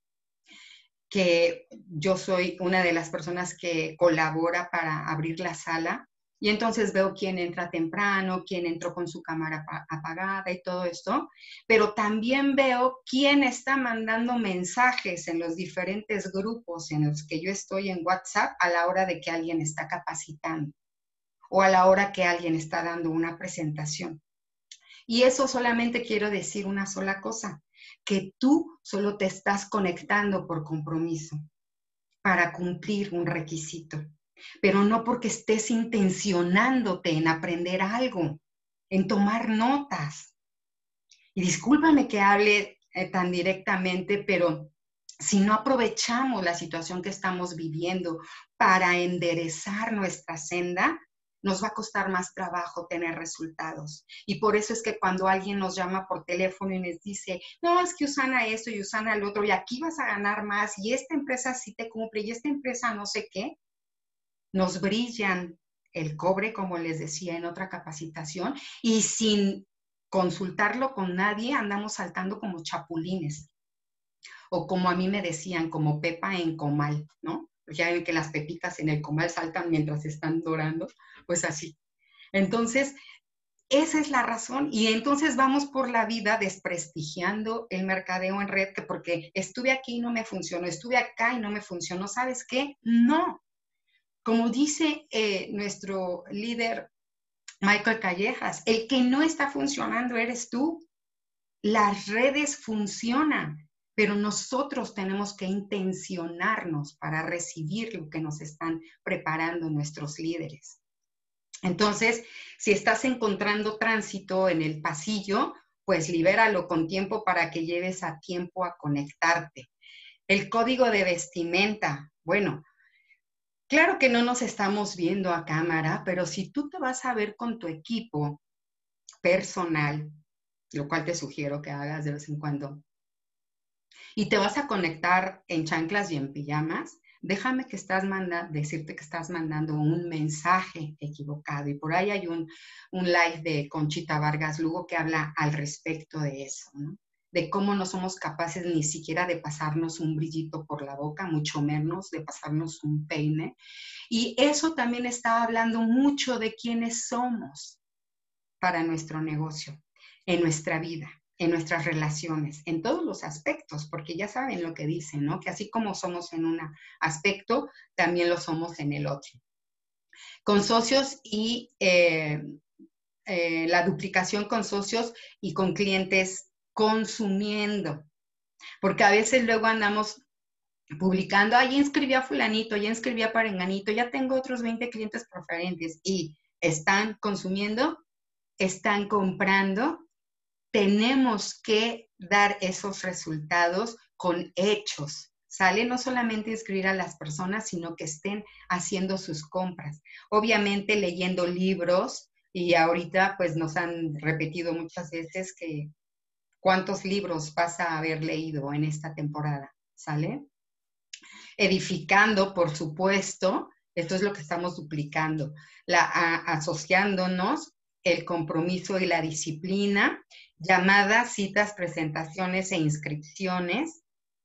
que yo soy una de las personas que colabora para abrir la sala y entonces veo quién entra temprano, quién entró con su cámara apagada y todo esto, pero también veo quién está mandando mensajes en los diferentes grupos en los que yo estoy en WhatsApp a la hora de que alguien está capacitando o a la hora que alguien está dando una presentación. Y eso solamente quiero decir una sola cosa, que tú solo te estás conectando por compromiso para cumplir un requisito, pero no porque estés intencionándote en aprender algo, en tomar notas. Y discúlpame que hable eh, tan directamente, pero si no aprovechamos la situación que estamos viviendo para enderezar nuestra senda, nos va a costar más trabajo tener resultados. Y por eso es que cuando alguien nos llama por teléfono y nos dice, no, es que Usana esto y Usana el otro, y aquí vas a ganar más, y esta empresa sí te cumple, y esta empresa no sé qué, nos brillan el cobre, como les decía en otra capacitación, y sin consultarlo con nadie, andamos saltando como chapulines. O como a mí me decían, como Pepa en comal, ¿no? Ya ven que las pepitas en el comal saltan mientras están dorando, pues así. Entonces, esa es la razón. Y entonces vamos por la vida desprestigiando el mercadeo en red, que porque estuve aquí y no me funcionó, estuve acá y no me funcionó. ¿Sabes qué? No. Como dice eh, nuestro líder Michael Callejas, el que no está funcionando eres tú. Las redes funcionan, pero nosotros tenemos que intencionarnos para recibir lo que nos están preparando nuestros líderes. Entonces, si estás encontrando tránsito en el pasillo, pues libéralo con tiempo para que lleves a tiempo a conectarte. El código de vestimenta, bueno, claro que no nos estamos viendo a cámara, pero si tú te vas a ver con tu equipo personal, lo cual te sugiero que hagas de vez en cuando, y te vas a conectar en chanclas y en pijamas, déjame que estás manda, decirte que estás mandando un mensaje equivocado. Y por ahí hay un, un live de Conchita Vargas Lugo que habla al respecto de eso, ¿no? De cómo no somos capaces ni siquiera de pasarnos un brillito por la boca, mucho menos de pasarnos un peine. Y eso también está hablando mucho de quiénes somos para nuestro negocio, en nuestra vida, en nuestras relaciones, en todos los aspectos, porque ya saben lo que dicen, ¿no? Que así como somos en un aspecto, también lo somos en el otro. Con socios y eh, eh, la duplicación con socios y con clientes consumiendo, porque a veces luego andamos publicando, ah, ya inscribí a fulanito, ya inscribí a parenganito, ya tengo otros veinte clientes preferentes y están consumiendo, están comprando. Tenemos que dar esos resultados con hechos, ¿sale? No solamente inscribir a las personas, sino que estén haciendo sus compras. Obviamente leyendo libros, y ahorita pues nos han repetido muchas veces que cuántos libros vas a haber leído en esta temporada, ¿sale? Edificando, por supuesto, esto es lo que estamos duplicando, la, a, asociándonos el compromiso y la disciplina, llamadas, citas, presentaciones e inscripciones,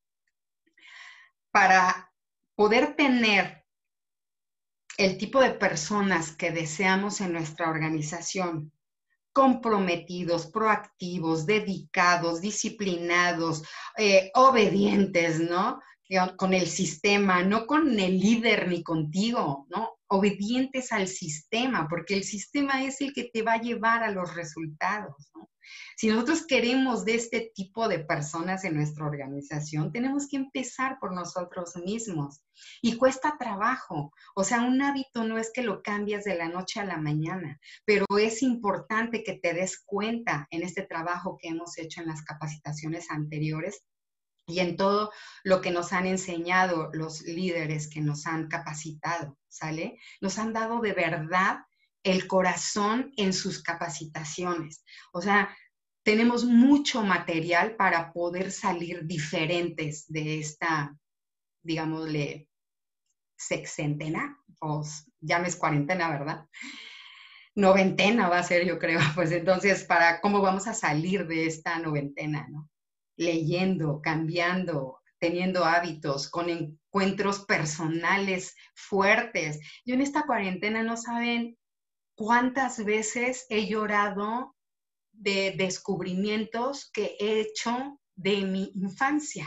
para poder tener el tipo de personas que deseamos en nuestra organización, comprometidos, proactivos, dedicados, disciplinados, eh, obedientes, ¿no? Con el sistema, no con el líder ni contigo, ¿no? Obedientes al sistema, porque el sistema es el que te va a llevar a los resultados, ¿no? Si nosotros queremos de este tipo de personas en nuestra organización, tenemos que empezar por nosotros mismos. Y cuesta trabajo. O sea, un hábito no es que lo cambies de la noche a la mañana, pero es importante que te des cuenta en este trabajo que hemos hecho en las capacitaciones anteriores y en todo lo que nos han enseñado los líderes que nos han capacitado, ¿sale? Nos han dado de verdad el corazón en sus capacitaciones. O sea, tenemos mucho material para poder salir diferentes de esta, digámosle, sexentena, o llames cuarentena, ¿verdad? Noventena va a ser, yo creo. Pues entonces, ¿para cómo vamos a salir de esta noventena, no? Leyendo, cambiando, teniendo hábitos, con encuentros personales fuertes. Yo en esta cuarentena no saben cuántas veces he llorado de descubrimientos que he hecho de mi infancia.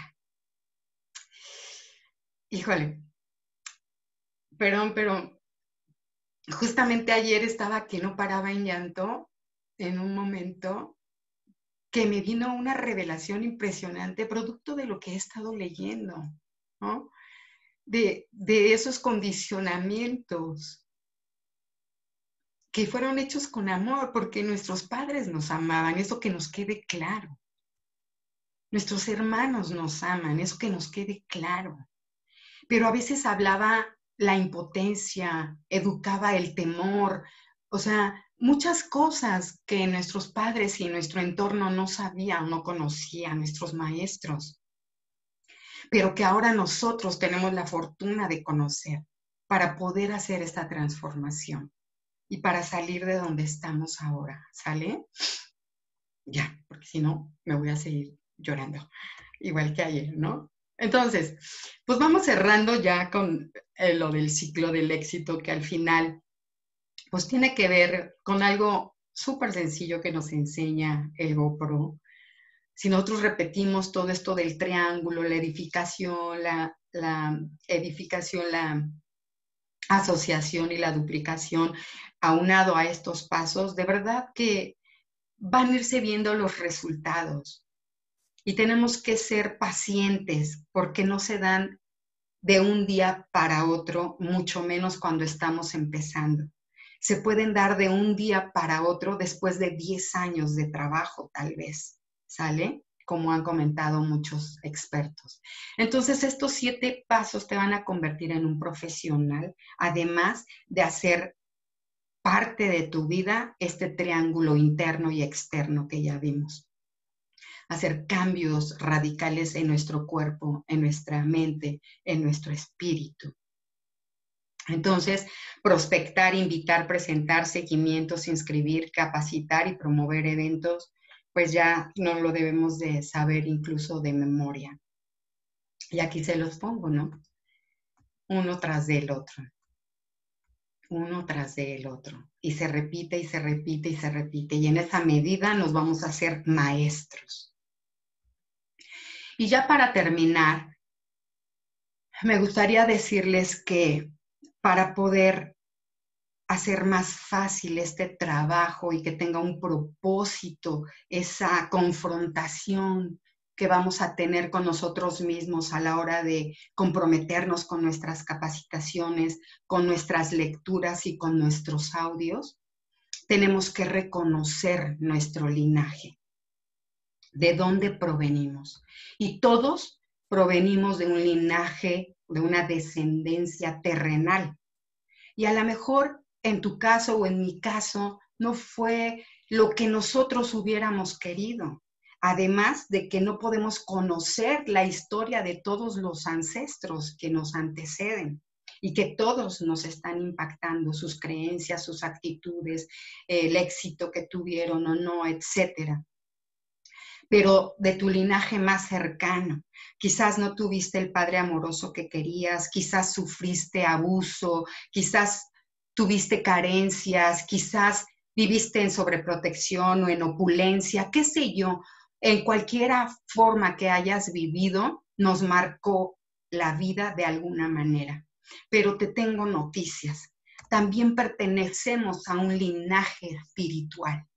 Híjole, perdón, pero justamente ayer estaba que no paraba en llanto en un momento que me vino una revelación impresionante, producto de lo que he estado leyendo, ¿no? De, de esos condicionamientos que fueron hechos con amor, porque nuestros padres nos amaban, eso que nos quede claro. Nuestros hermanos nos aman, eso que nos quede claro. Pero a veces hablaba la impotencia, educaba el temor, o sea, muchas cosas que nuestros padres y nuestro entorno no sabían, no conocían, nuestros maestros, pero que ahora nosotros tenemos la fortuna de conocer para poder hacer esta transformación y para salir de donde estamos ahora, ¿sale? Ya, porque si no, me voy a seguir llorando, igual que ayer, ¿no? Entonces, pues vamos cerrando ya con eh, lo del ciclo del éxito, que al final, pues tiene que ver con algo súper sencillo que nos enseña el GoPro. Si nosotros repetimos todo esto del triángulo, la edificación, la, la edificación, la asociación y la duplicación, aunado a estos pasos, de verdad que van a irse viendo los resultados. Y tenemos que ser pacientes porque no se dan de un día para otro, mucho menos cuando estamos empezando. Se pueden dar de un día para otro después de diez años de trabajo, tal vez, ¿sale? Como han comentado muchos expertos. Entonces, estos siete pasos te van a convertir en un profesional, además de hacer parte de tu vida este triángulo interno y externo que ya vimos. Hacer cambios radicales en nuestro cuerpo, en nuestra mente, en nuestro espíritu. Entonces, prospectar, invitar, presentar, seguimientos, inscribir, capacitar y promover eventos, pues ya no lo debemos de saber incluso de memoria. Y aquí se los pongo, ¿no? Uno tras del otro. Uno tras del otro. Y se repite y se repite y se repite. Y en esa medida nos vamos a hacer maestros. Y ya para terminar, me gustaría decirles que para poder hacer más fácil este trabajo y que tenga un propósito, esa confrontación que vamos a tener con nosotros mismos a la hora de comprometernos con nuestras capacitaciones, con nuestras lecturas y con nuestros audios, tenemos que reconocer nuestro linaje, de dónde provenimos. Y todos provenimos de un linaje, de una descendencia terrenal. Y a lo mejor en tu caso o en mi caso no fue lo que nosotros hubiéramos querido. Además de que no podemos conocer la historia de todos los ancestros que nos anteceden y que todos nos están impactando, sus creencias, sus actitudes, el éxito que tuvieron o no, etcétera. Pero de tu linaje más cercano. Quizás no tuviste el padre amoroso que querías, quizás sufriste abuso, quizás tuviste carencias, quizás viviste en sobreprotección o en opulencia, qué sé yo. En cualquier forma que hayas vivido, nos marcó la vida de alguna manera. Pero te tengo noticias. También pertenecemos a un linaje espiritual.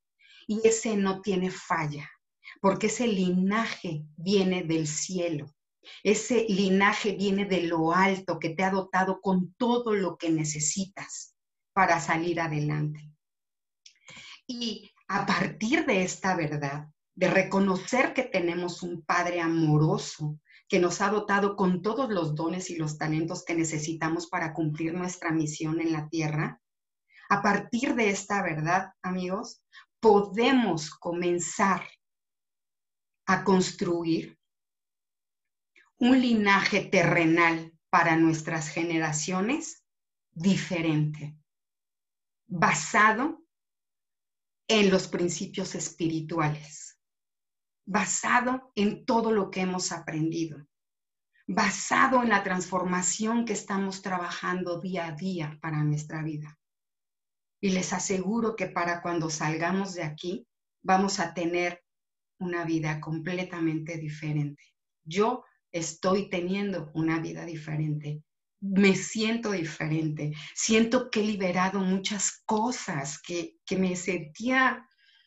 y ese no tiene falla, porque ese linaje viene del cielo. Ese linaje viene de lo alto que te ha dotado con todo lo que necesitas para salir adelante. Y a partir de esta verdad, de reconocer que tenemos un Padre amoroso que nos ha dotado con todos los dones y los talentos que necesitamos para cumplir nuestra misión en la tierra, a partir de esta verdad, amigos, podemos comenzar a construir un linaje terrenal para nuestras generaciones diferente, basado en los principios espirituales, basado en todo lo que hemos aprendido, basado en la transformación que estamos trabajando día a día para nuestra vida. Y les aseguro que para cuando salgamos de aquí, vamos a tener una vida completamente diferente. Yo estoy teniendo una vida diferente. Me siento diferente. Siento que he liberado muchas cosas que, que me sentía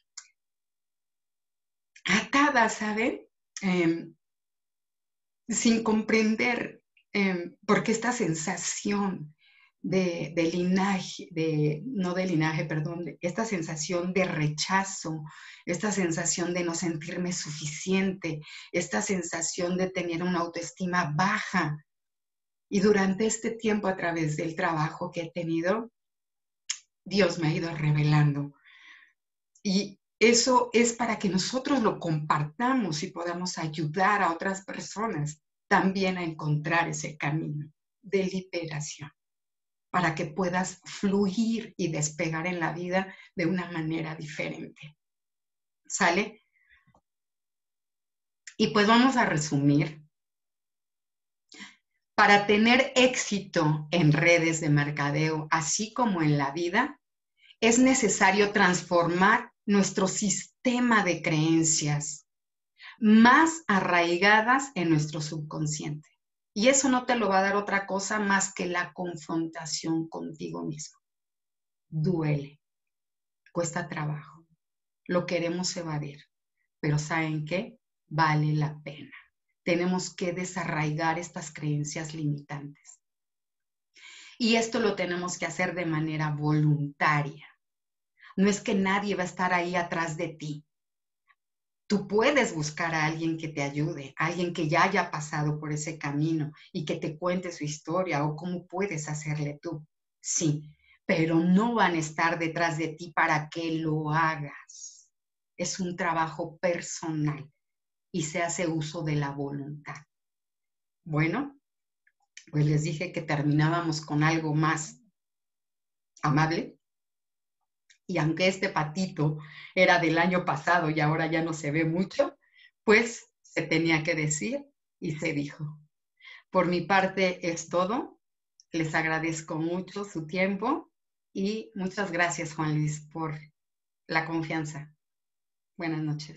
atada, ¿saben? Eh, sin comprender eh, por qué esta sensación de, de linaje, de, no de linaje, perdón, de, esta sensación de rechazo, esta sensación de no sentirme suficiente, esta sensación de tener una autoestima baja. Y durante este tiempo, a través del trabajo que he tenido, Dios me ha ido revelando. Y eso es para que nosotros lo compartamos y podamos ayudar a otras personas también a encontrar ese camino de liberación, para que puedas fluir y despegar en la vida de una manera diferente. ¿Sale? Y pues vamos a resumir. Para tener éxito en redes de mercadeo, así como en la vida, es necesario transformar nuestro sistema de creencias más arraigadas en nuestro subconsciente. Y eso no te lo va a dar otra cosa más que la confrontación contigo mismo. Duele, cuesta trabajo, lo queremos evadir, pero ¿saben qué? Vale la pena. Tenemos que desarraigar estas creencias limitantes. Y esto lo tenemos que hacer de manera voluntaria. No es que nadie va a estar ahí atrás de ti. Tú puedes buscar a alguien que te ayude, a alguien que ya haya pasado por ese camino y que te cuente su historia o cómo puedes hacerle tú. Sí, pero no van a estar detrás de ti para que lo hagas. Es un trabajo personal y se hace uso de la voluntad. Bueno, pues les dije que terminábamos con algo más amable. Y aunque este patito era del año pasado y ahora ya no se ve mucho, pues se tenía que decir y se dijo. Por mi parte es todo. Les agradezco mucho su tiempo y muchas gracias, Juan Luis, por la confianza. Buenas noches.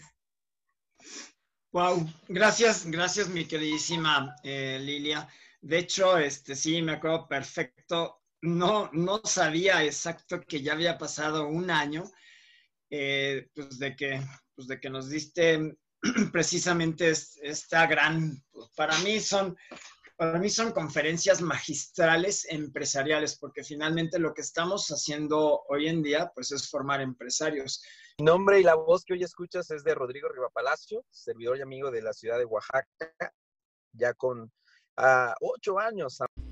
Wow, gracias, gracias mi queridísima eh, Lilia. De hecho, este sí, me acuerdo perfecto. No, no sabía exacto que ya había pasado un año, eh, pues, de que, pues de que nos diste precisamente esta gran, pues para mí son, para mí son conferencias magistrales empresariales, porque finalmente lo que estamos haciendo hoy en día, pues es formar empresarios. Mi nombre y la voz que hoy escuchas es de Rodrigo Rivapalacio, servidor y amigo de la ciudad de Oaxaca, ya con uh, ocho años.